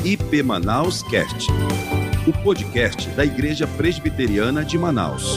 IP Manaus Cast, o podcast da Igreja Presbiteriana de Manaus.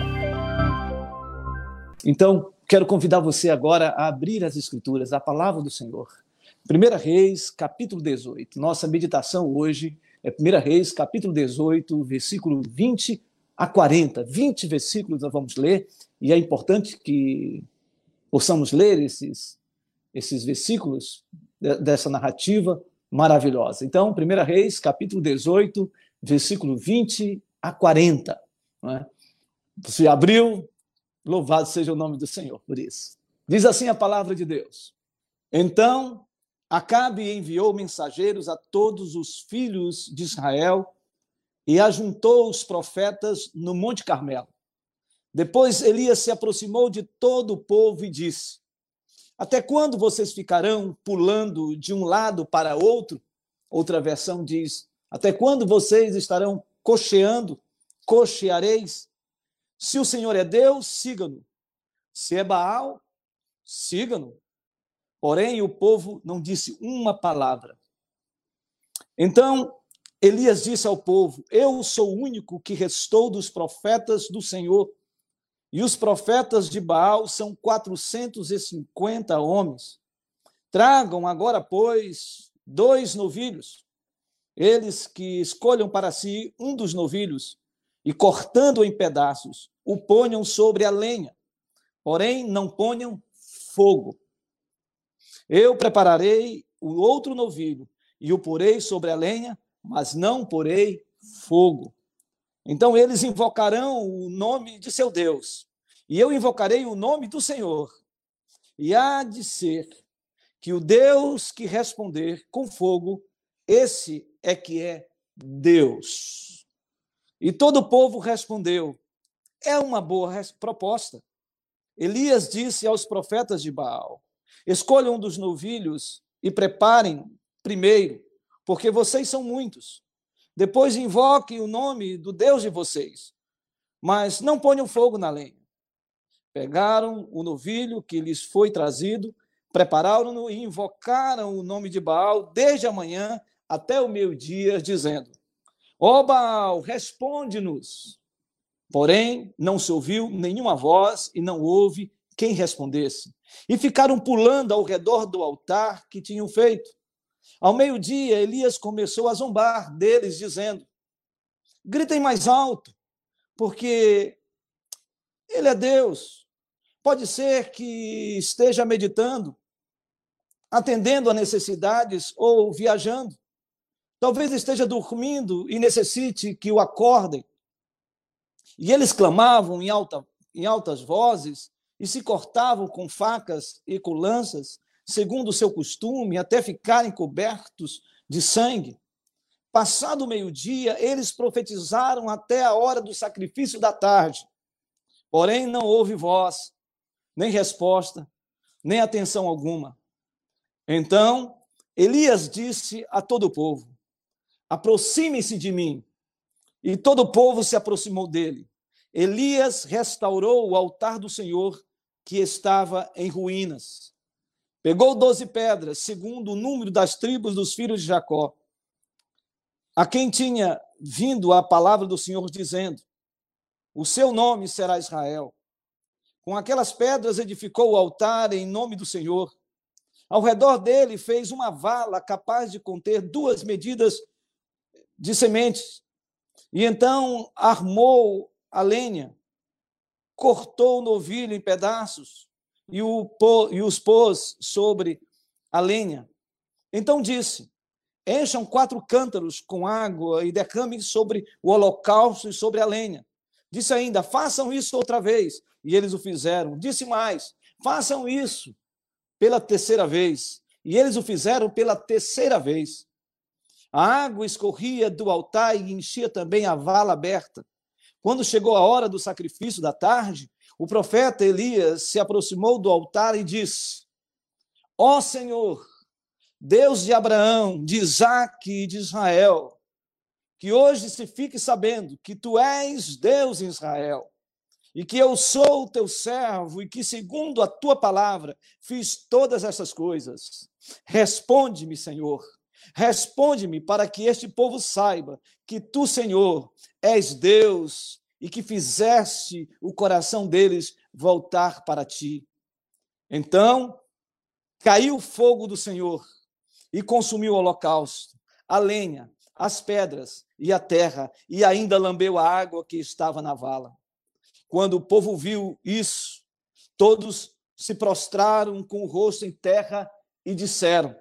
Então, quero convidar você agora a abrir as Escrituras, a palavra do Senhor. 1 Reis, capítulo 18. Nossa meditação hoje é 1 Reis, capítulo 18, versículo 20 a 40. 20 versículos nós vamos ler, e é importante que possamos ler esses versículos dessa narrativa maravilhosa. Então, 1 Reis, capítulo 18, versículo 20 a 40. Não é? Você abriu, louvado seja o nome do Senhor por isso. Diz assim a palavra de Deus. Então, Acabe enviou mensageiros a todos os filhos de Israel e ajuntou os profetas no Monte Carmelo. Depois Elias se aproximou de todo o povo e disse: até quando vocês ficarão pulando de um lado para outro? Outra versão diz: até quando vocês estarão cocheando? Cocheareis? Se o Senhor é Deus, siga-no. Se é Baal, siga-no. Porém, o povo não disse uma palavra. Então, Elias disse ao povo: eu sou o único que restou dos profetas do Senhor, e os profetas de Baal são 450 homens. Tragam agora, pois, 2 novilhos, eles que escolham para si um dos novilhos, e cortando-o em pedaços, o ponham sobre a lenha, porém não ponham fogo. Eu prepararei o outro novilho e o porei sobre a lenha, mas não porei fogo. Então eles invocarão o nome de seu Deus, e eu invocarei o nome do Senhor. E há de ser que o Deus que responder com fogo, esse é que é Deus. E todo o povo respondeu: é uma boa proposta. Elias disse aos profetas de Baal: escolham um dos novilhos e preparem primeiro, porque vocês são muitos. Depois invoquem o nome do Deus de vocês, mas não ponham fogo na lenha. Pegaram o novilho que lhes foi trazido, prepararam-no e invocaram o nome de Baal desde a manhã até o meio-dia, dizendo: ó Baal, responde-nos. Porém, não se ouviu nenhuma voz e não houve quem respondesse. E ficaram pulando ao redor do altar que tinham feito. Ao meio-dia, Elias começou a zombar deles, dizendo: gritem mais alto, porque ele é Deus. Pode ser que esteja meditando, atendendo a necessidades ou viajando. Talvez esteja dormindo e necessite que o acordem. E eles clamavam em altas vozes e se cortavam com facas e com lanças, segundo o seu costume, até ficarem cobertos de sangue. Passado o meio-dia, eles profetizaram até a hora do sacrifício da tarde. Porém, não houve voz, nem resposta, nem atenção alguma. Então, Elias disse a todo o povo: aproximem-se de mim. E todo o povo se aproximou dele. Elias restaurou o altar do Senhor, que estava em ruínas. Pegou 12 pedras, segundo o número das tribos dos filhos de Jacó, a quem tinha vindo a palavra do Senhor, dizendo: o seu nome será Israel. Com aquelas pedras edificou o altar em nome do Senhor. Ao redor dele fez uma vala capaz de conter 2 medidas de sementes. E então armou a lenha, cortou o novilho em pedaços e os pôs sobre a lenha. Então disse: encham 4 cântaros com água e derramem sobre o holocausto e sobre a lenha. Disse ainda: façam isso outra vez. E eles o fizeram. Disse mais: façam isso pela 3ª vez. E eles o fizeram pela 3ª vez. A água escorria do altar e enchia também a vala aberta. Quando chegou a hora do sacrifício da tarde, o profeta Elias se aproximou do altar e disse: ó Senhor, Deus de Abraão, de Isaque e de Israel, que hoje se fique sabendo que tu és Deus em Israel, e que eu sou o teu servo, e que, segundo a tua palavra, fiz todas essas coisas. Responde-me, Senhor, Responde-me para que este povo saiba que tu, Senhor, és Deus e que fizeste o coração deles voltar para ti. Então caiu o fogo do Senhor e consumiu o holocausto, a lenha, as pedras e a terra, e ainda lambeu a água que estava na vala. Quando o povo viu isso, todos se prostraram com o rosto em terra e disseram: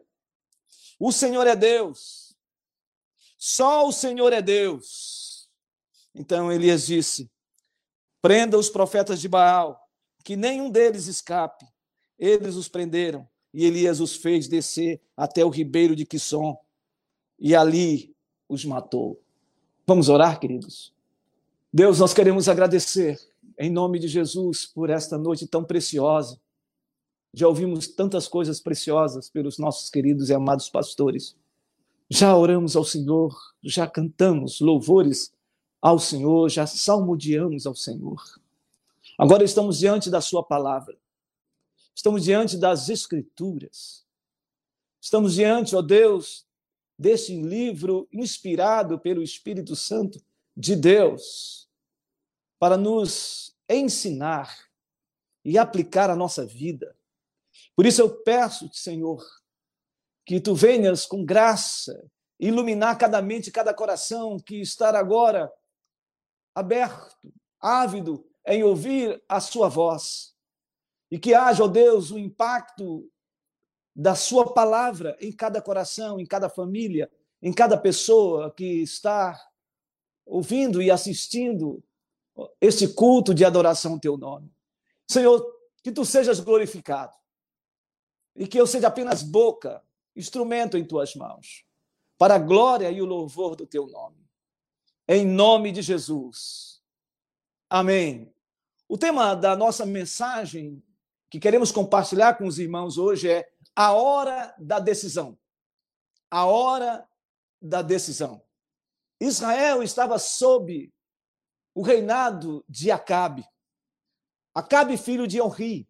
o Senhor é Deus, só o Senhor é Deus. Então Elias disse: prenda os profetas de Baal, que nenhum deles escape. Eles os prenderam, e Elias os fez descer até o ribeiro de Quisson, e ali os matou. Vamos orar, queridos? Deus, nós queremos agradecer, em nome de Jesus, por esta noite tão preciosa. Já ouvimos tantas coisas preciosas pelos nossos queridos e amados pastores. Já oramos ao Senhor, já cantamos louvores ao Senhor, já salmodiamos ao Senhor. Agora estamos diante da sua palavra. Estamos diante das Escrituras. Estamos diante, ó Deus, desse livro inspirado pelo Espírito Santo de Deus para nos ensinar e aplicar a nossa vida. Por isso eu peço-te, Senhor, que tu venhas com graça iluminar cada mente, cada coração que está agora aberto, ávido em ouvir a sua voz. E que haja, ó Deus, o impacto da sua palavra em cada coração, em cada família, em cada pessoa que está ouvindo e assistindo este culto de adoração ao teu nome. Senhor, que tu sejas glorificado e que eu seja apenas boca, instrumento em tuas mãos, para a glória e o louvor do teu nome. Em nome de Jesus. Amém. O tema da nossa mensagem que queremos compartilhar com os irmãos hoje é a hora da decisão. A hora da decisão. Israel estava sob o reinado de Acabe. Acabe, filho de Onri.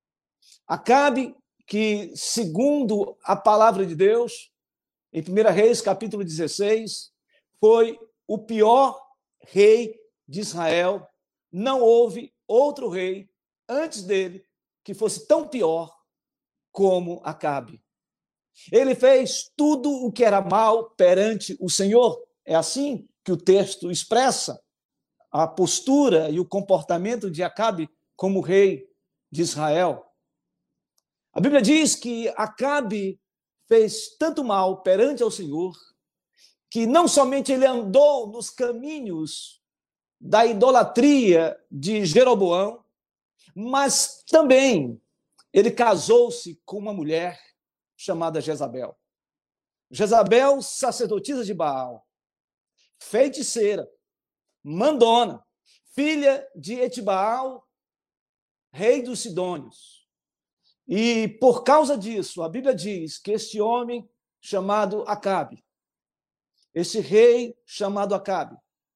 Acabe, que, segundo a palavra de Deus, em 1 Reis, capítulo 16, foi o pior rei de Israel. Não houve outro rei antes dele que fosse tão pior como Acabe. Ele fez tudo o que era mal perante o Senhor. É assim que o texto expressa a postura e o comportamento de Acabe como rei de Israel. A Bíblia diz que Acabe fez tanto mal perante ao Senhor que não somente ele andou nos caminhos da idolatria de Jeroboão, mas também ele casou-se com uma mulher chamada Jezabel. Jezabel, sacerdotisa de Baal, feiticeira, mandona, filha de Etibaal, rei dos Sidônios. E por causa disso, a Bíblia diz que este homem chamado Acabe, esse rei chamado Acabe,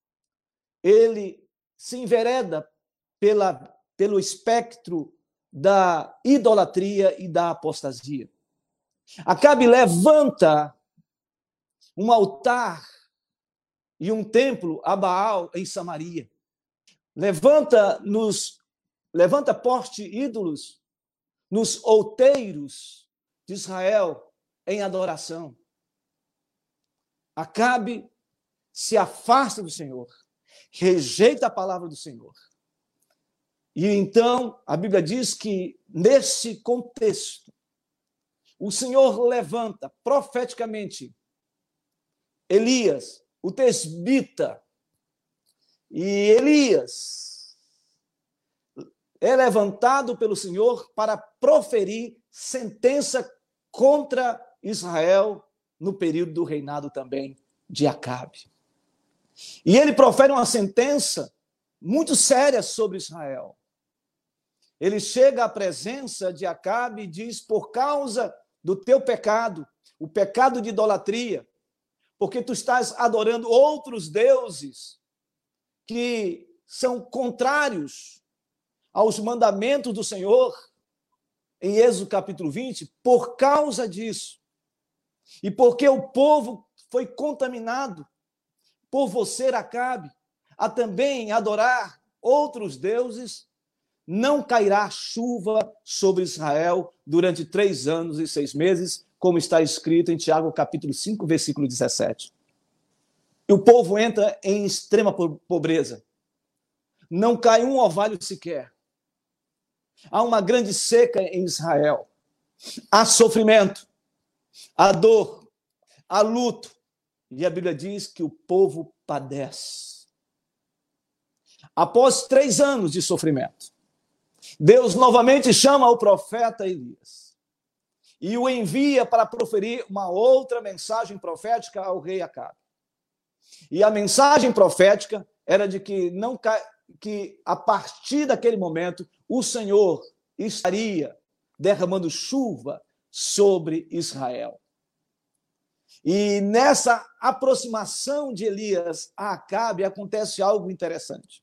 ele se envereda pelo espectro da idolatria e da apostasia. Acabe levanta um altar e um templo a Baal em Samaria. Levanta poste ídolos nos outeiros de Israel em adoração. Acabe se afasta do Senhor, rejeita a palavra do Senhor. E então a Bíblia diz que, nesse contexto, o Senhor levanta profeticamente Elias, o tesbita, e Elias é levantado pelo Senhor para proferir sentença contra Israel no período do reinado também de Acabe. E ele profere uma sentença muito séria sobre Israel. Ele chega à presença de Acabe e diz: por causa do teu pecado, o pecado de idolatria, porque tu estás adorando outros deuses que são contrários aos mandamentos do Senhor, em Êxodo capítulo 20, por causa disso, E porque o povo foi contaminado por você, Acabe, a também adorar outros deuses, não cairá chuva sobre Israel durante 3 anos e 6 meses, como está escrito em Tiago, capítulo 5, versículo 17. E o povo entra em extrema pobreza. Não cai um orvalho sequer. Há uma grande seca em Israel. Há sofrimento, há dor, há luto. E a Bíblia diz que o povo padece. Após 3 anos de sofrimento, Deus novamente chama o profeta Elias e o envia para proferir uma outra mensagem profética ao rei Acabe. E a mensagem profética era de que a partir daquele momento o Senhor estaria derramando chuva sobre Israel. E nessa aproximação de Elias a Acabe acontece algo interessante.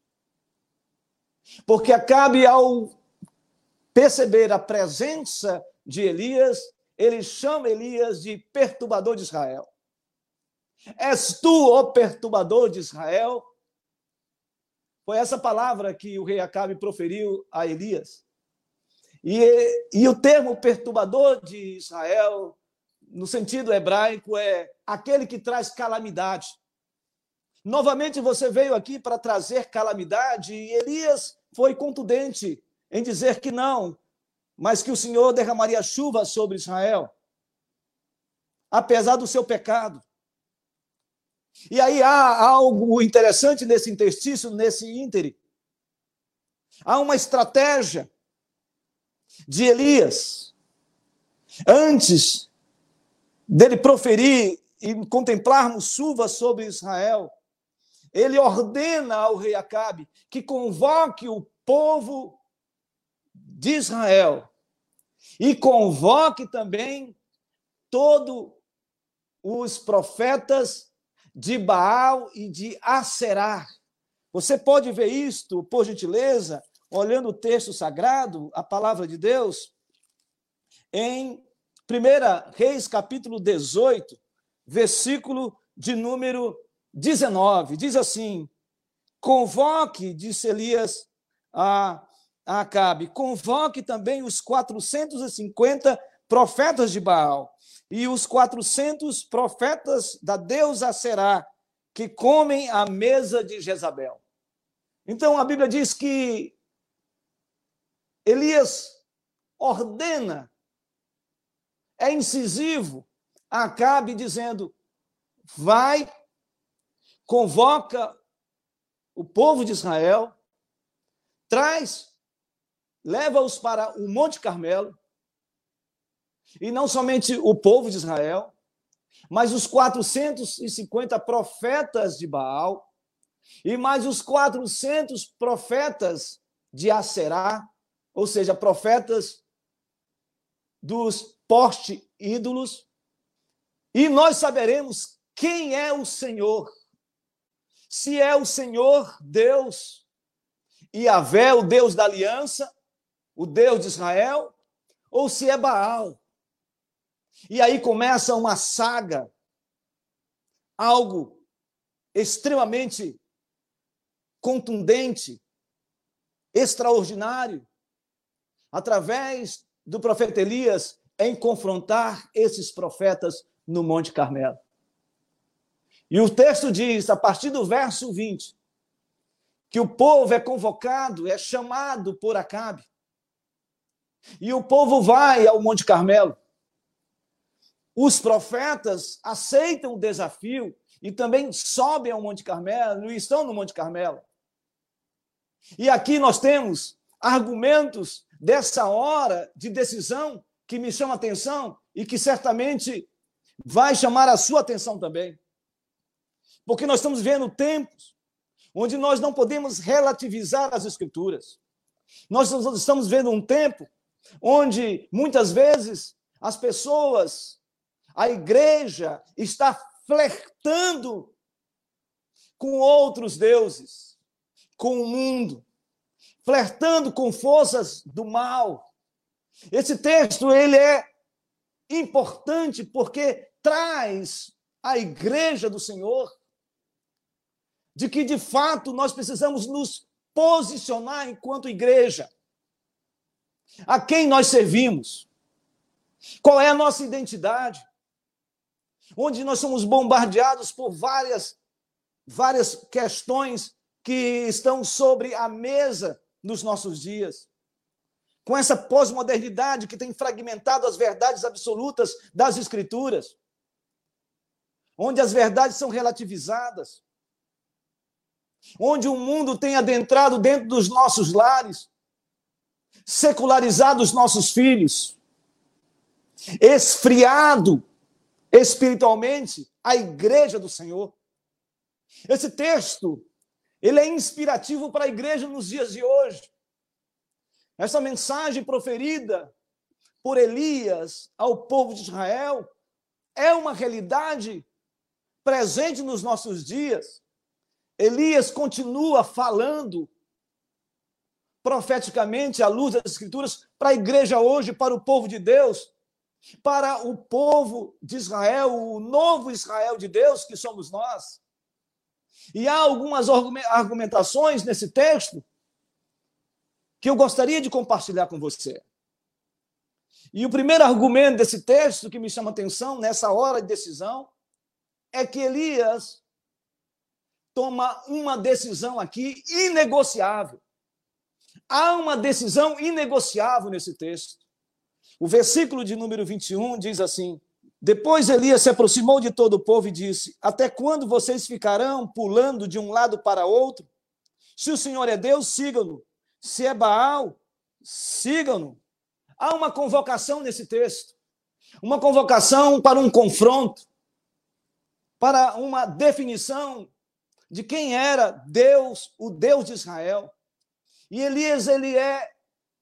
Porque Acabe, ao perceber a presença de Elias, ele chama Elias de perturbador de Israel. És tu, ó perturbador de Israel? Foi essa palavra que o rei Acabe proferiu a Elias. E o termo perturbador de Israel, no sentido hebraico, é aquele que traz calamidade. Novamente você veio aqui para trazer calamidade e Elias foi contundente em dizer que não, mas que o Senhor derramaria chuva sobre Israel, apesar do seu pecado. E aí há algo interessante nesse interstício, nesse íntere. Há uma estratégia de Elias, antes dele proferir e contemplarmos chuva sobre Israel, ele ordena ao rei Acabe que convoque o povo de Israel e convoque também todos os profetas de Baal e de Aserá. Você pode ver isto, por gentileza, olhando o texto sagrado, a palavra de Deus, em 1 Reis, capítulo 18, versículo de número 19. Diz assim: convoque, disse Elias a Acabe, convoque também os 450 profetas de Baal e os 400 profetas da deusa Aserá, que comem à mesa de Jezabel. Então, a Bíblia diz que Elias ordena, é incisivo a Acabe, dizendo: vai, convoca o povo de Israel, leva-os para o Monte Carmelo, e não somente o povo de Israel, mas os 450 profetas de Baal, e mais os 400 profetas de Aserá, ou seja, profetas dos poste-ídolos, e nós saberemos quem é o Senhor. Se é o Senhor Deus, Yahvé, o Deus da aliança, o Deus de Israel, ou se é Baal. E aí começa uma saga, algo extremamente contundente, extraordinário, através do profeta Elias, em confrontar esses profetas no Monte Carmelo. E o texto diz, a partir do verso 20, que o povo é convocado, é chamado por Acabe. E o povo vai ao Monte Carmelo. Os profetas aceitam o desafio e também sobem ao Monte Carmelo e estão no Monte Carmelo. E aqui nós temos argumentos dessa hora de decisão que me chama a atenção e que certamente vai chamar a sua atenção também. Porque nós estamos vendo tempos onde nós não podemos relativizar as Escrituras. Nós estamos vendo um tempo onde, muitas vezes, as pessoas, a igreja, está flertando com outros deuses, com o mundo, flertando com forças do mal. Esse texto ele é importante porque traz à igreja do Senhor de que, de fato, nós precisamos nos posicionar enquanto igreja. A quem nós servimos? Qual é a nossa identidade? Onde nós somos bombardeados por várias questões que estão sobre a mesa nos nossos dias. Com essa pós-modernidade que tem fragmentado as verdades absolutas das Escrituras, onde as verdades são relativizadas, onde o mundo tem adentrado dentro dos nossos lares, secularizado os nossos filhos, esfriado espiritualmente a igreja do Senhor. Esse texto, ele é inspirativo para a igreja nos dias de hoje. Essa mensagem proferida por Elias ao povo de Israel é uma realidade presente nos nossos dias. Elias continua falando profeticamente à luz das Escrituras para a igreja hoje, para o povo de Deus, para o povo de Israel, o novo Israel de Deus, que somos nós. E há algumas argumentações nesse texto que eu gostaria de compartilhar com você. E o primeiro argumento desse texto que me chama a atenção nessa hora de decisão é que Elias toma uma decisão aqui inegociável. Há uma decisão inegociável nesse texto. O versículo de número 21 diz assim: depois Elias se aproximou de todo o povo e disse: até quando vocês ficarão pulando de um lado para outro? Se o Senhor é Deus, sigam-no. Se é Baal, sigam-no. Há uma convocação nesse texto. Uma convocação para um confronto, para uma definição de quem era Deus, o Deus de Israel. E Elias, ele é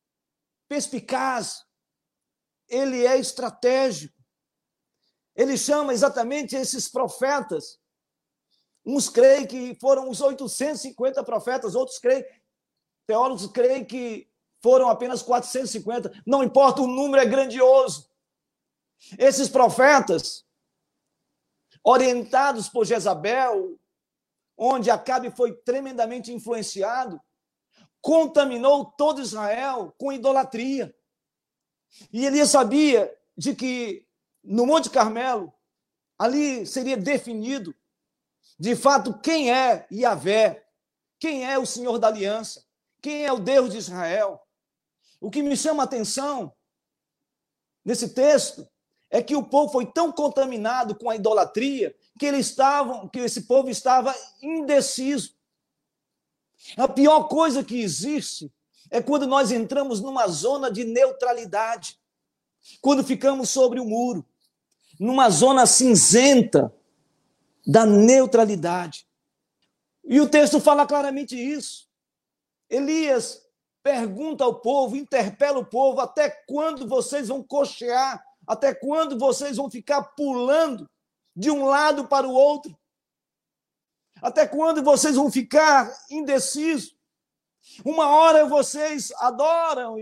perspicaz, ele é estratégico. Ele chama exatamente esses profetas. Uns creem que foram os 850 profetas, outros creem, teólogos creem que foram apenas 450. Não importa, o número é grandioso. Esses profetas, orientados por Jezabel, onde Acabe foi tremendamente influenciado, contaminou todo Israel com idolatria. E Elias sabia de que no Monte Carmelo, ali seria definido, de fato, quem é Yahvé, quem é o Senhor da Aliança, quem é o Deus de Israel. O que me chama a atenção nesse texto é que o povo foi tão contaminado com a idolatria que esse povo estava indeciso. A pior coisa que existe é quando nós entramos numa zona de neutralidade, quando ficamos sobre o muro, numa zona cinzenta da neutralidade. E o texto fala claramente isso. Elias pergunta ao povo, interpela o povo: até quando vocês vão cochear? Até quando vocês vão ficar pulando de um lado para o outro? Até quando vocês vão ficar indecisos? Uma hora vocês adoram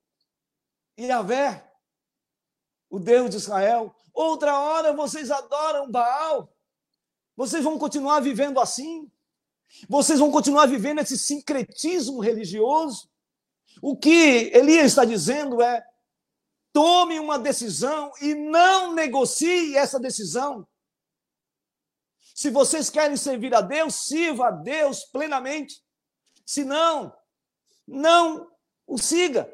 Yahvé, o Deus de Israel. Outra hora vocês adoram Baal. Vocês vão continuar vivendo assim? Vocês vão continuar vivendo esse sincretismo religioso? O que Elias está dizendo é: tome uma decisão e não negocie essa decisão. Se vocês querem servir a Deus, sirva a Deus plenamente. Se não, não o siga.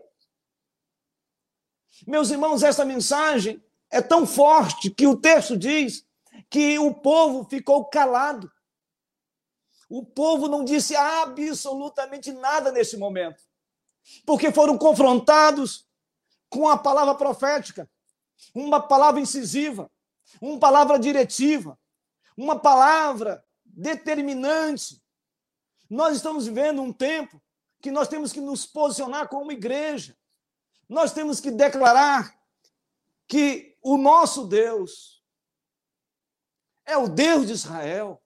Meus irmãos, essa mensagem é tão forte que o texto diz que o povo ficou calado. O povo não disse absolutamente nada nesse momento, porque foram confrontados com a palavra profética, uma palavra incisiva, uma palavra diretiva, uma palavra determinante. Nós estamos vivendo um tempo que nós temos que nos posicionar como igreja. Nós temos que declarar que o nosso Deus é o Deus de Israel.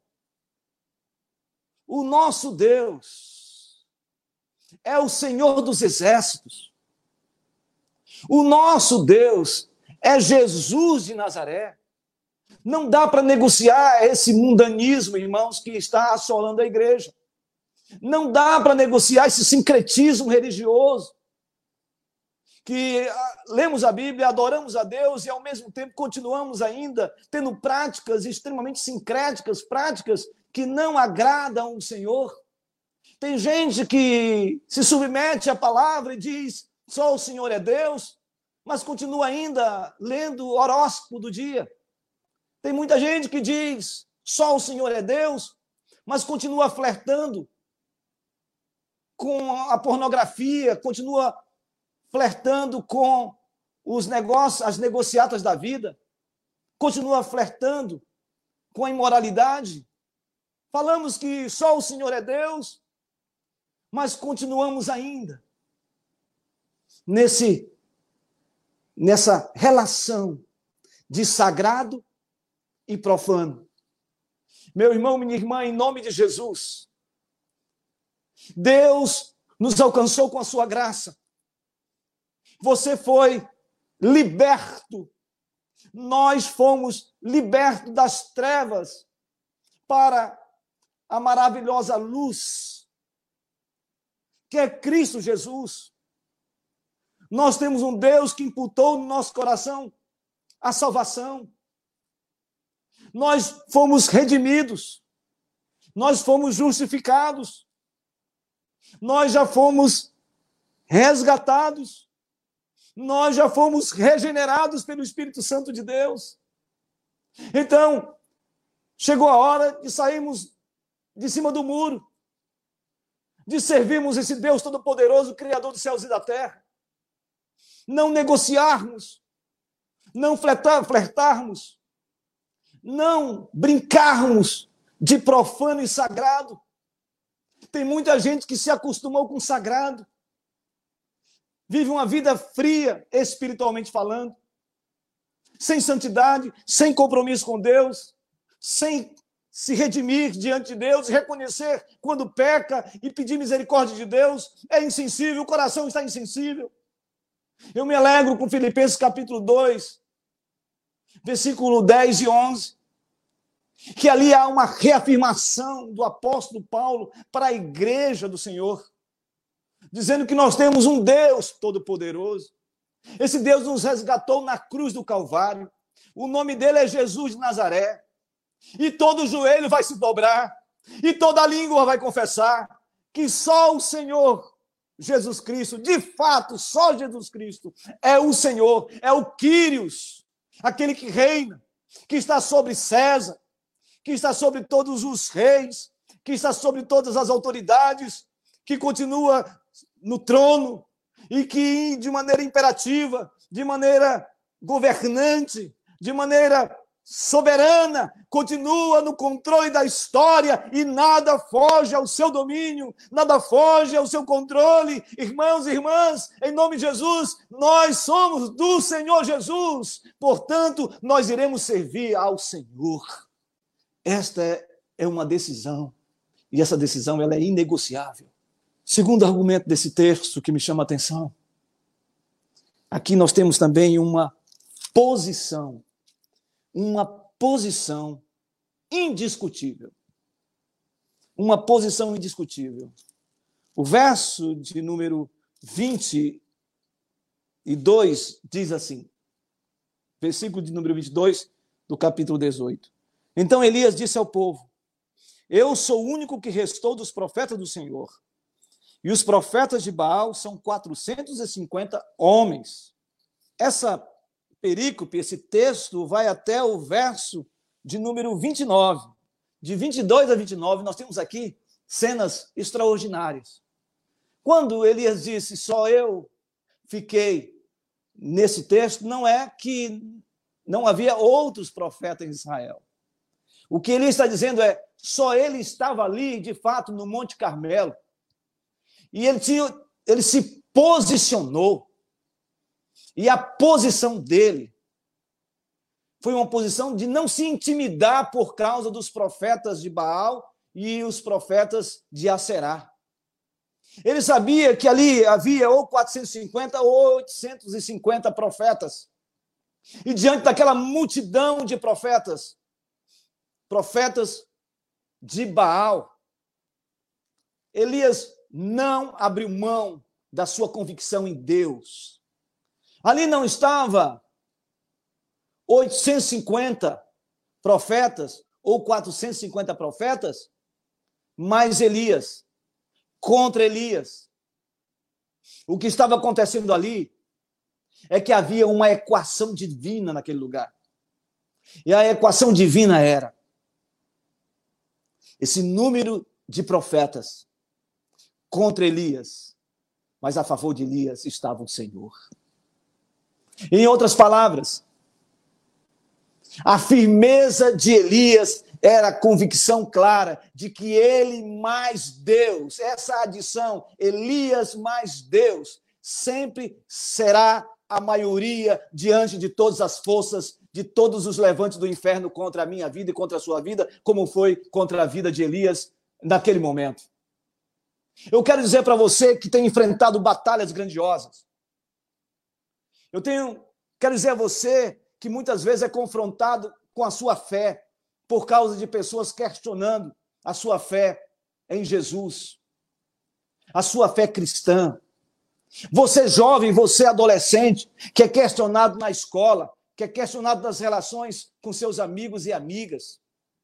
O nosso Deus é o Senhor dos exércitos. O nosso Deus é Jesus de Nazaré. Não dá para negociar esse mundanismo, irmãos, que está assolando a igreja. Não dá para negociar esse sincretismo religioso, que lemos a Bíblia, adoramos a Deus e, ao mesmo tempo, continuamos ainda tendo práticas extremamente sincréticas, práticas que não agradam o Senhor. Tem gente que se submete à palavra e diz, só o Senhor é Deus, mas continua ainda lendo o horóscopo do dia. Tem muita gente que diz, só o Senhor é Deus, mas continua flertando com a pornografia, continua flertando com os negócios, as negociatas da vida, continua flertando com a imoralidade. Falamos que só o Senhor é Deus, mas continuamos ainda nessa relação de sagrado e profano. Meu irmão, minha irmã, em nome de Jesus, Deus nos alcançou com a sua graça. Você foi liberto. Nós fomos libertos das trevas para a maravilhosa luz, que é Cristo Jesus. Nós temos um Deus que imputou no nosso coração a salvação. Nós fomos redimidos, nós fomos justificados, nós já fomos resgatados, nós já fomos regenerados pelo Espírito Santo de Deus. Então, chegou a hora de sairmos de cima do muro, de servirmos esse Deus Todo-Poderoso, Criador dos céus e da terra, não negociarmos, não flertarmos, não brincarmos de profano e sagrado. Tem muita gente que se acostumou com o sagrado, vive uma vida fria, espiritualmente falando, sem santidade, sem compromisso com Deus, sem se redimir diante de Deus, reconhecer quando peca e pedir misericórdia de Deus. É insensível, o coração está insensível. Eu me alegro com Filipenses capítulo 2, versículo 10 e 11, que ali há uma reafirmação do apóstolo Paulo para a igreja do Senhor, dizendo que nós temos um Deus todo-poderoso. Esse Deus nos resgatou na cruz do Calvário. O nome dele é Jesus de Nazaré. E todo joelho vai se dobrar, e toda língua vai confessar que só o Senhor Jesus Cristo, de fato, só Jesus Cristo é o Senhor, é o Quírios, aquele que reina, que está sobre César, que está sobre todos os reis, que está sobre todas as autoridades, que continua no trono e que, de maneira imperativa, de maneira governante, de maneira soberana, continua no controle da história e nada foge ao seu domínio, nada foge ao seu controle. Irmãos e irmãs, em nome de Jesus, nós somos do Senhor Jesus, portanto, nós iremos servir ao Senhor. Esta é uma decisão, e essa decisão ela é inegociável. Segundo argumento desse texto que me chama a atenção, aqui nós temos também uma posição indiscutível. Uma posição indiscutível. O verso de número 22 diz assim, versículo de número 22 do capítulo 18. Então Elias disse ao povo, eu sou o único que restou dos profetas do Senhor, e os profetas de Baal são 450 homens. Essa perícope, esse texto, vai até o verso de número 29. De 22 a 29, nós temos aqui cenas extraordinárias. Quando Elias disse, só eu fiquei nesse texto, não é que não havia outros profetas em Israel. O que ele está dizendo é, só ele estava ali, de fato, no Monte Carmelo. E ele se posicionou. E a posição dele foi uma posição de não se intimidar por causa dos profetas de Baal e os profetas de Aserá. Ele sabia que ali havia ou 450 ou 850 profetas. E diante daquela multidão de profetas de Baal, Elias não abriu mão da sua convicção em Deus. Ali não estava 850 profetas ou 450 profetas, mas Elias, contra Elias. O que estava acontecendo ali é que havia uma equação divina naquele lugar. E a equação divina era esse número de profetas contra Elias, mas a favor de Elias estava o Senhor. Em outras palavras, a firmeza de Elias era a convicção clara de que ele mais Deus, essa adição, Elias mais Deus, sempre será a maioria diante de todas as forças, de todos os levantes do inferno contra a minha vida e contra a sua vida, como foi contra a vida de Elias naquele momento. Eu quero dizer para você que tem enfrentado batalhas grandiosas. Quero dizer a você que muitas vezes é confrontado com a sua fé por causa de pessoas questionando a sua fé em Jesus, a sua fé cristã. Você jovem, você adolescente, que é questionado na escola, que é questionado nas relações com seus amigos e amigas,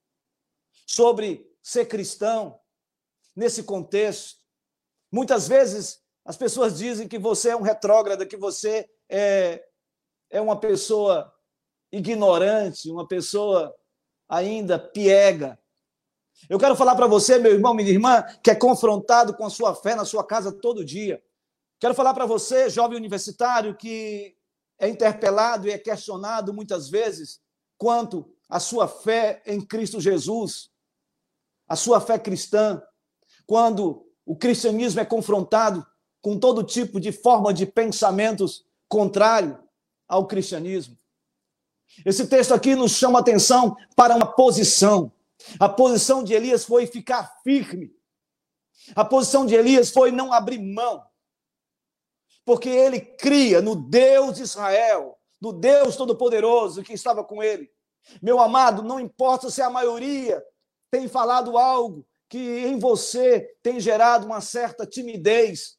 sobre ser cristão, nesse contexto. Muitas vezes as pessoas dizem que você é um retrógrado, que você é uma pessoa ignorante, uma pessoa ainda piega. Eu quero falar para você, meu irmão, minha irmã, que é confrontado com a sua fé na sua casa todo dia. Quero falar para você, jovem universitário, que é interpelado e é questionado muitas vezes quanto à sua fé em Cristo Jesus, a sua fé cristã, quando o cristianismo é confrontado com todo tipo de forma de pensamentos contrário ao cristianismo. Esse texto aqui nos chama a atenção para uma posição. A posição de Elias foi ficar firme. A posição de Elias foi não abrir mão. Porque ele cria no Deus de Israel, no Deus Todo-Poderoso que estava com ele. Meu amado, não importa se a maioria tem falado algo que em você tem gerado uma certa timidez.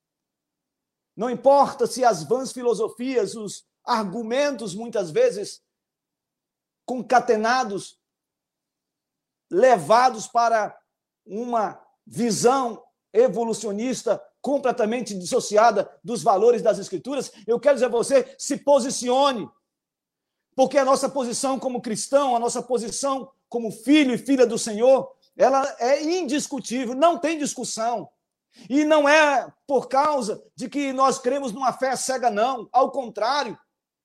Não importa se as vãs filosofias, os argumentos, muitas vezes, concatenados, levados para uma visão evolucionista completamente dissociada dos valores das Escrituras, eu quero dizer a você, se posicione, porque a nossa posição como cristão, a nossa posição como filho e filha do Senhor, ela é indiscutível, não tem discussão. E não é por causa de que nós cremos numa fé cega, não. Ao contrário,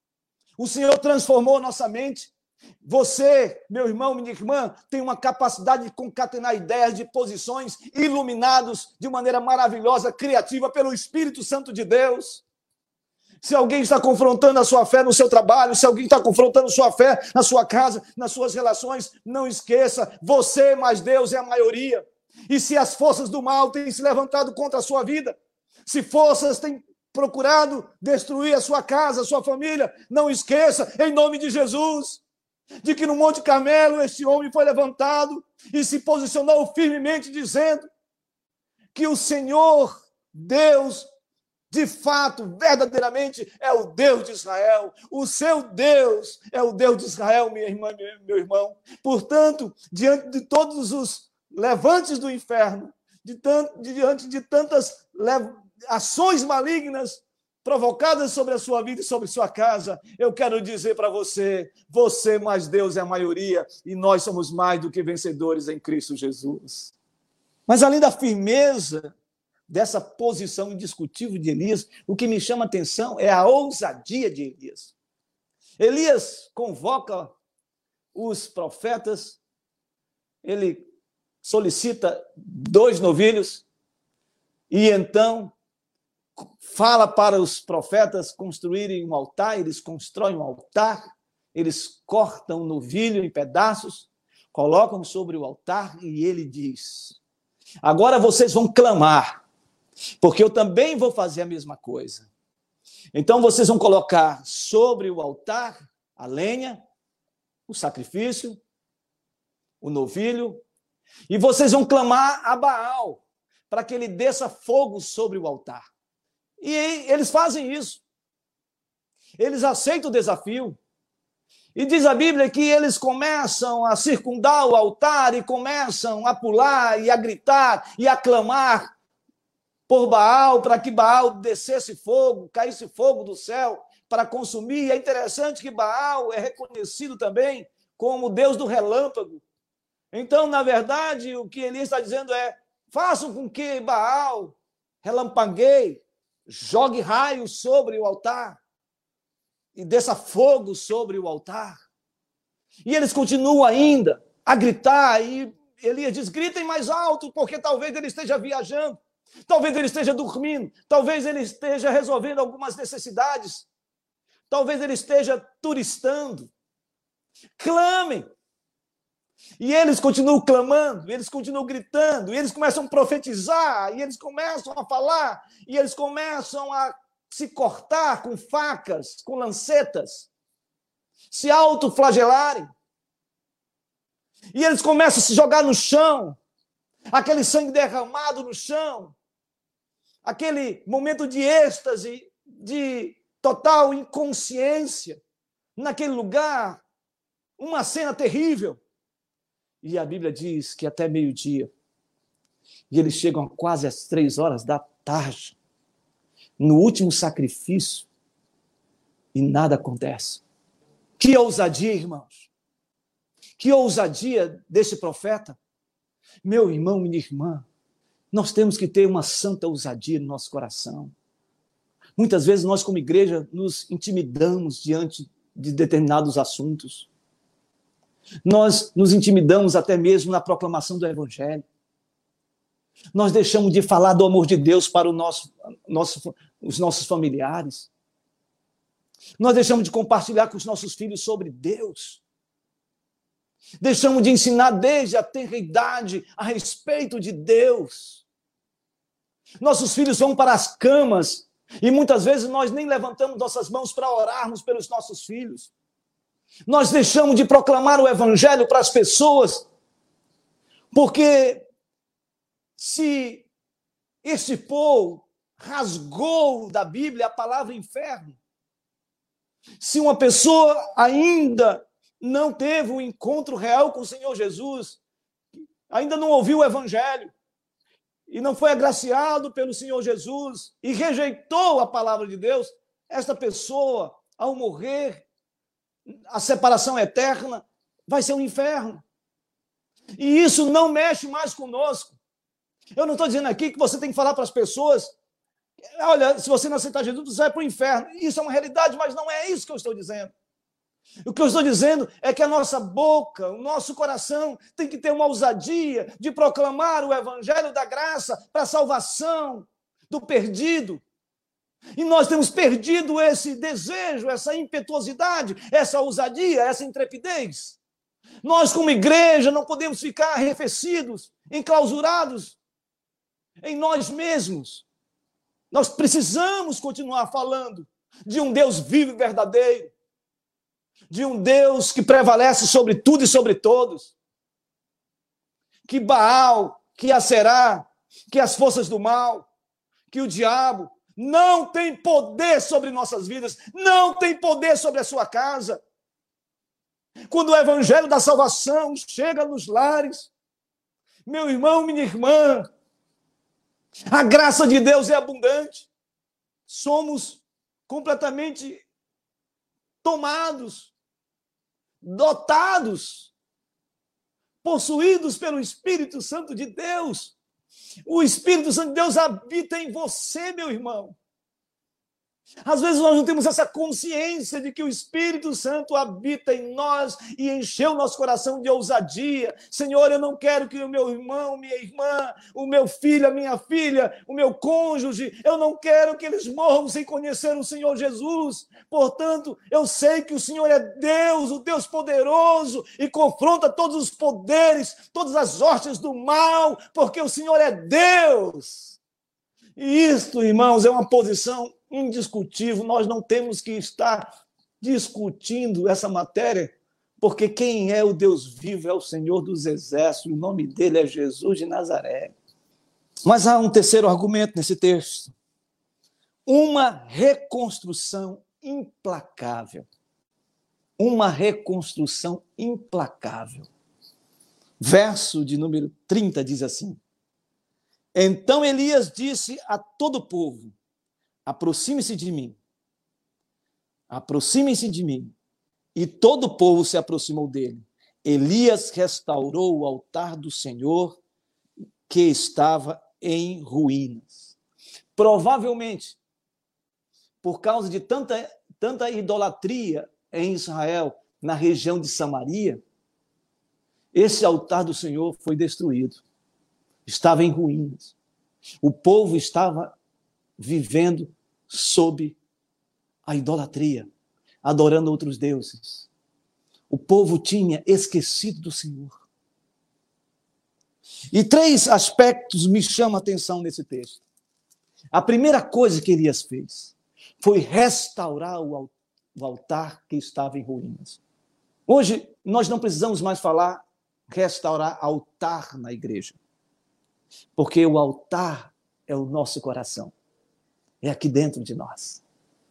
o Senhor transformou nossa mente. Você, meu irmão, minha irmã, tem uma capacidade de concatenar ideias de posições iluminados de maneira maravilhosa, criativa pelo Espírito Santo de Deus. Se alguém está confrontando a sua fé no seu trabalho, se alguém está confrontando sua fé na sua casa, nas suas relações, não esqueça, você mais Deus é a maioria. E se as forças do mal têm se levantado contra a sua vida, se forças têm procurado destruir a sua casa, a sua família, não esqueça, em nome de Jesus, de que no Monte Carmelo este homem foi levantado e se posicionou firmemente dizendo que o Senhor, Deus, de fato, verdadeiramente, é o Deus de Israel. O seu Deus é o Deus de Israel, minha irmã, meu irmão. Portanto, diante de todos os levantes do inferno, diante de tantas ações malignas provocadas sobre a sua vida e sobre sua casa, eu quero dizer para você, você mais Deus é a maioria e nós somos mais do que vencedores em Cristo Jesus. Mas além da firmeza dessa posição indiscutível de Elias, o que me chama a atenção é a ousadia de Elias. Elias convoca os profetas, ele solicita 2 novilhos e então fala para os profetas construírem um altar. Eles constroem um altar, eles cortam o novilho em pedaços, colocam sobre o altar e ele diz: agora vocês vão clamar, porque eu também vou fazer a mesma coisa. Então vocês vão colocar sobre o altar a lenha, o sacrifício, o novilho, e vocês vão clamar a Baal para que ele desça fogo sobre o altar. E eles fazem isso. Eles aceitam o desafio. E diz a Bíblia que eles começam a circundar o altar e começam a pular e a gritar e a clamar por Baal, para que Baal descesse fogo, caísse fogo do céu para consumir. E é interessante que Baal é reconhecido também como o Deus do relâmpago. Então, na verdade, o que Elias está dizendo é: façam com que Baal relampagueie, jogue raios sobre o altar e desça fogo sobre o altar. E eles continuam ainda a gritar, e Elias diz: gritem mais alto, porque talvez ele esteja viajando, talvez ele esteja dormindo, talvez ele esteja resolvendo algumas necessidades, talvez ele esteja turistando. Clamem. E eles continuam clamando, eles continuam gritando, e eles começam a profetizar, e eles começam a falar, e eles começam a se cortar com facas, com lancetas, se autoflagelarem. E eles começam a se jogar no chão, aquele sangue derramado no chão, aquele momento de êxtase, de total inconsciência, naquele lugar, uma cena terrível. E a Bíblia diz que até meio-dia, e eles chegam quase às 3 horas da tarde, no último sacrifício, e nada acontece. Que ousadia, irmãos! Que ousadia desse profeta! Meu irmão, minha irmã, nós temos que ter uma santa ousadia no nosso coração. Muitas vezes nós, como igreja, nos intimidamos diante de determinados assuntos. Nós nos intimidamos até mesmo na proclamação do Evangelho. Nós deixamos de falar do amor de Deus para os nossos familiares. Nós deixamos de compartilhar com os nossos filhos sobre Deus. Deixamos de ensinar desde a tenra idade a respeito de Deus. Nossos filhos vão para as camas e muitas vezes nós nem levantamos nossas mãos para orarmos pelos nossos filhos. Nós deixamos de proclamar o Evangelho para as pessoas, porque se este povo rasgou da Bíblia a palavra inferno, se uma pessoa ainda não teve um encontro real com o Senhor Jesus, ainda não ouviu o Evangelho, e não foi agraciado pelo Senhor Jesus, e rejeitou a palavra de Deus, esta pessoa, ao morrer, a separação eterna vai ser um inferno. E isso não mexe mais conosco. Eu não estou dizendo aqui que você tem que falar para as pessoas: olha, se você não aceitar Jesus, você vai para o inferno. Isso é uma realidade, mas não é isso que eu estou dizendo. O que eu estou dizendo é que a nossa boca, o nosso coração tem que ter uma ousadia de proclamar o Evangelho da graça para a salvação do perdido. E nós temos perdido esse desejo, essa impetuosidade, essa ousadia, essa intrepidez. Nós, como igreja, não podemos ficar arrefecidos, enclausurados em nós mesmos. Nós precisamos continuar falando de um Deus vivo e verdadeiro, de um Deus que prevalece sobre tudo e sobre todos. Que Baal, que Aserá, que as forças do mal, que o diabo não tem poder sobre nossas vidas, não tem poder sobre a sua casa. Quando o Evangelho da salvação chega nos lares, meu irmão, minha irmã, a graça de Deus é abundante. Somos completamente tomados, dotados, possuídos pelo Espírito Santo de Deus. O Espírito Santo de Deus habita em você, meu irmão. Às vezes nós não temos essa consciência de que o Espírito Santo habita em nós e encheu o nosso coração de ousadia. Senhor, eu não quero que o meu irmão, minha irmã, o meu filho, a minha filha, o meu cônjuge, eu não quero que eles morram sem conhecer o Senhor Jesus. Portanto, eu sei que o Senhor é Deus, o Deus poderoso, e confronta todos os poderes, todas as hostes do mal, porque o Senhor é Deus. E isto, irmãos, é uma posição indiscutível. Nós não temos que estar discutindo essa matéria, porque quem é o Deus vivo é o Senhor dos Exércitos, o nome dele é Jesus de Nazaré. Mas há um terceiro argumento nesse texto. Uma reconstrução implacável. Uma reconstrução implacável. Verso de número 30 diz assim: Então Elias disse a todo o povo: aproxime-se de mim. Aproximem-se de mim. E todo o povo se aproximou dele. Elias restaurou o altar do Senhor, que estava em ruínas. Provavelmente, por causa de tanta idolatria em Israel, na região de Samaria, esse altar do Senhor foi destruído. Estava em ruínas. O povo estava vivendo sob a idolatria, adorando outros deuses. O povo tinha esquecido do Senhor. E 3 aspectos me chamam a atenção nesse texto. A primeira coisa que Elias fez foi restaurar o altar que estava em ruínas. Hoje, nós não precisamos mais falar restaurar altar na igreja, porque o altar é o nosso coração, é aqui dentro de nós.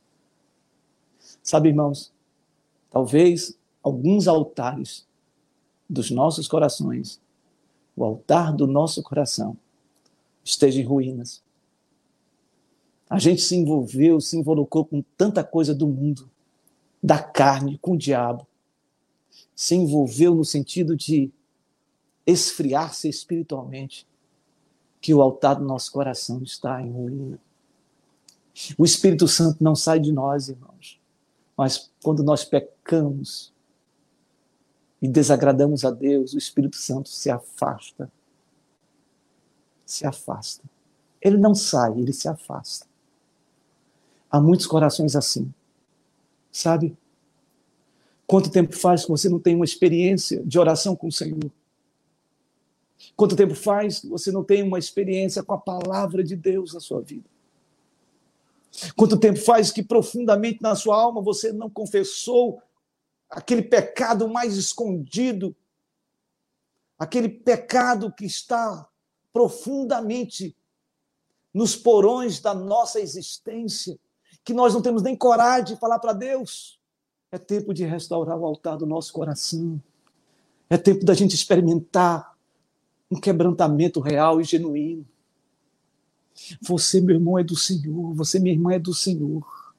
Sabe, irmãos, talvez alguns altares dos nossos corações, o altar do nosso coração, esteja em ruínas. A gente se involucrou com tanta coisa do mundo, da carne, com o diabo. Se envolveu no sentido de esfriar-se espiritualmente, que o altar do nosso coração está em ruína. O Espírito Santo não sai de nós, irmãos, mas quando nós pecamos e desagradamos a Deus, o Espírito Santo se afasta. Se afasta. Ele não sai, ele se afasta. Há muitos corações assim, sabe? Quanto tempo faz que você não tem uma experiência de oração com o Senhor? Quanto tempo faz que você não tem uma experiência com a palavra de Deus na sua vida? Quanto tempo faz que profundamente na sua alma você não confessou aquele pecado mais escondido, aquele pecado que está profundamente nos porões da nossa existência, que nós não temos nem coragem de falar para Deus? É tempo de restaurar o altar do nosso coração. É tempo da gente experimentar um quebrantamento real e genuíno. Você, meu irmão, é do Senhor. Você, minha irmã, é do Senhor.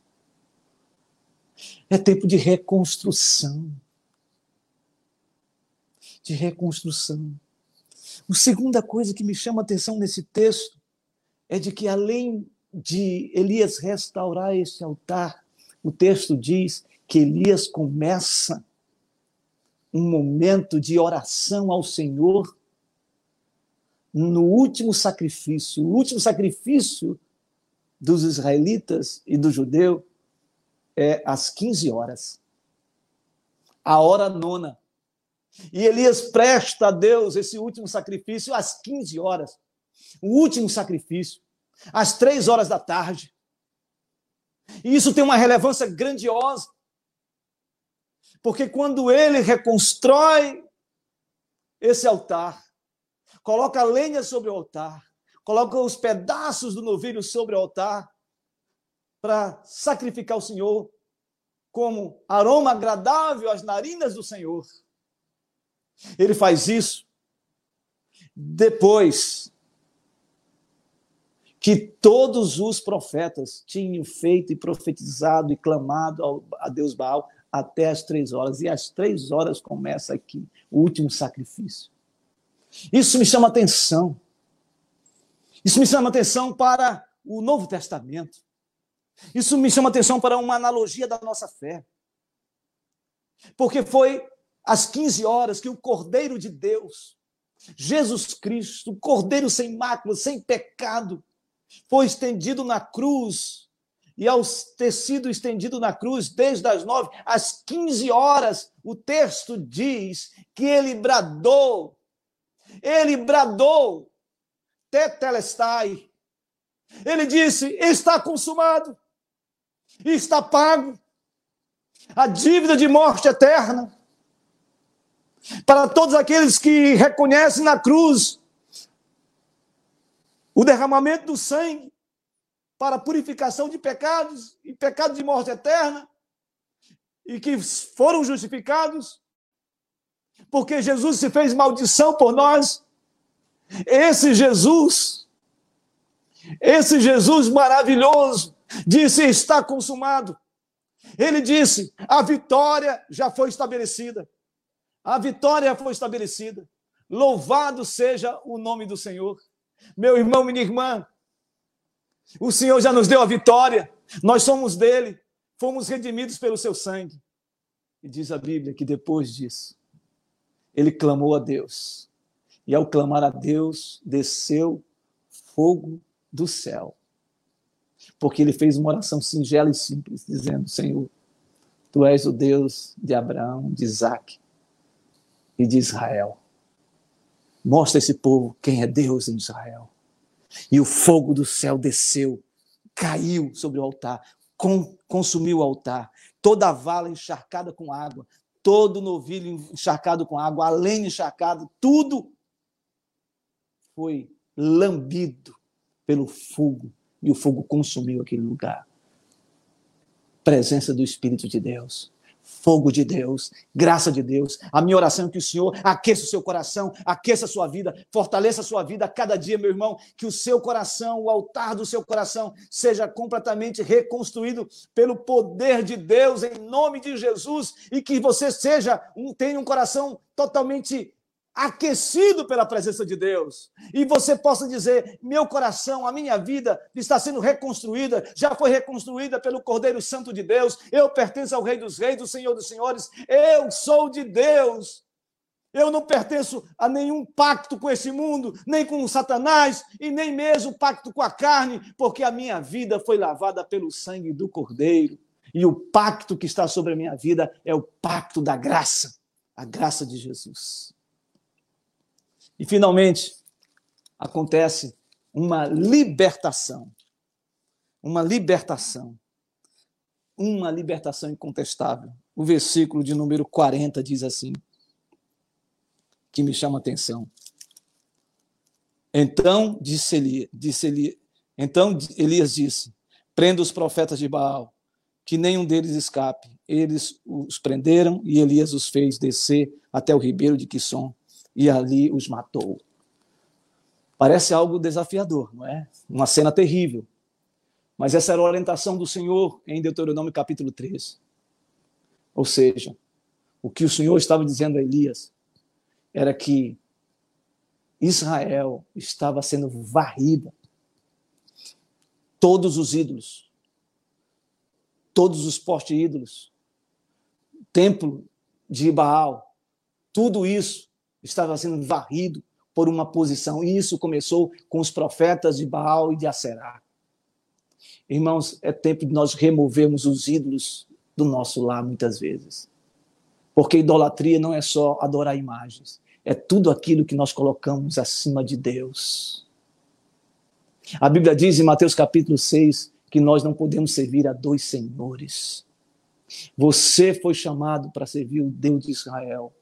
É tempo de reconstrução. De reconstrução. A segunda coisa que me chama a atenção nesse texto é de que, além de Elias restaurar esse altar, o texto diz que Elias começa um momento de oração ao Senhor no último sacrifício. O último sacrifício dos israelitas e do judeu é às 15 horas. A hora nona. E Elias presta a Deus esse último sacrifício às 15 horas. O último sacrifício, às 3 horas da tarde. E isso tem uma relevância grandiosa, porque quando ele reconstrói esse altar, coloca a lenha sobre o altar, coloca os pedaços do novilho sobre o altar, para sacrificar o Senhor como aroma agradável às narinas do Senhor. Ele faz isso depois que todos os profetas tinham feito e profetizado e clamado a Deus Baal até as 3 horas. E às 3 horas começa aqui o último sacrifício. Isso me chama atenção. Isso me chama atenção para o Novo Testamento. Isso me chama atenção para uma analogia da nossa fé. Porque foi às 15 horas que o Cordeiro de Deus, Jesus Cristo, o Cordeiro sem mácula, sem pecado, foi estendido na cruz. E ao ter sido estendido na cruz desde as 9 às 15 horas, o texto diz que ele bradou, tetelestai, Ele disse: está consumado, está pago. A dívida de morte eterna, para todos aqueles que reconhecem na cruz o derramamento do sangue para a purificação de pecados e pecados de morte eterna, e que foram justificados, porque Jesus se fez maldição por nós. Esse Jesus maravilhoso, disse: está consumado. Ele disse: a vitória já foi estabelecida. A vitória foi estabelecida. Louvado seja o nome do Senhor. Meu irmão, minha irmã, o Senhor já nos deu a vitória. Nós somos dele, fomos redimidos pelo seu sangue. E diz a Bíblia que depois disso, ele clamou a Deus. E ao clamar a Deus, desceu fogo do céu. Porque ele fez uma oração singela e simples, dizendo: Senhor, tu és o Deus de Abraão, de Isaque e de Israel. Mostra a esse povo quem é Deus em Israel. E o fogo do céu desceu, caiu sobre o altar, consumiu o altar, toda a vala encharcada com água, todo o novilho encharcado com água, a lenha encharcada, tudo foi lambido pelo fogo, e o fogo consumiu aquele lugar. Presença do Espírito de Deus, fogo de Deus, graça de Deus. A minha oração é que o Senhor aqueça o seu coração, aqueça a sua vida, fortaleça a sua vida a cada dia, meu irmão, que o seu coração, o altar do seu coração, seja completamente reconstruído pelo poder de Deus, em nome de Jesus, e que você tenha um coração totalmente aquecido pela presença de Deus, e você possa dizer: meu coração, a minha vida está sendo reconstruída, já foi reconstruída pelo Cordeiro Santo de Deus, eu pertenço ao Rei dos Reis, do Senhor dos Senhores, eu sou de Deus, eu não pertenço a nenhum pacto com esse mundo, nem com o Satanás, e nem mesmo pacto com a carne, porque a minha vida foi lavada pelo sangue do Cordeiro, e o pacto que está sobre a minha vida é o pacto da graça, a graça de Jesus. E, finalmente, acontece uma libertação. Uma libertação incontestável. O versículo de número 40 diz assim, que me chama a atenção. Então Elias disse: prenda os profetas de Baal, que nenhum deles escape. Eles os prenderam e Elias os fez descer até o ribeiro de Quisson, e ali os matou. Parece algo desafiador, não é? Uma cena terrível. Mas essa era a orientação do Senhor em Deuteronômio capítulo 13. Ou seja, o que o Senhor estava dizendo a Elias era que Israel estava sendo varrida. Todos os ídolos, todos os postes ídolos, templo de Baal, tudo isso estava sendo varrido por uma posição. E isso começou com os profetas de Baal e de Aserá. Irmãos, é tempo de nós removermos os ídolos do nosso lar muitas vezes. Porque idolatria não é só adorar imagens. É tudo aquilo que nós colocamos acima de Deus. A Bíblia diz em Mateus capítulo 6 que nós não podemos servir a dois senhores. Você foi chamado para servir o Deus de Israel.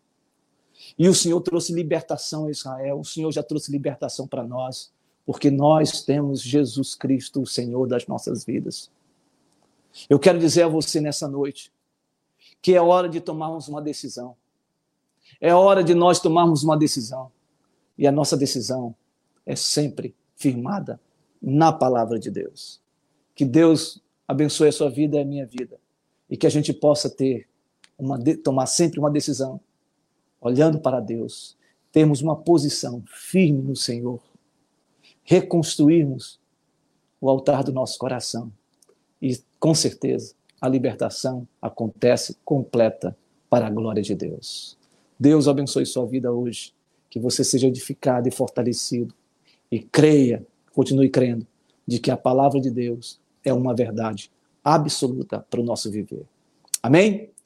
E o Senhor trouxe libertação a Israel, o Senhor já trouxe libertação para nós, porque nós temos Jesus Cristo, o Senhor das nossas vidas. Eu quero dizer a você nessa noite que é hora de tomarmos uma decisão. É hora de nós tomarmos uma decisão. E a nossa decisão é sempre firmada na palavra de Deus. Que Deus abençoe a sua vida e a minha vida. E que a gente possa tomar sempre uma decisão olhando para Deus, termos uma posição firme no Senhor, reconstruirmos o altar do nosso coração e, com certeza, a libertação acontece completa para a glória de Deus. Deus abençoe sua vida hoje, que você seja edificado e fortalecido e continue crendo de que a palavra de Deus é uma verdade absoluta para o nosso viver. Amém?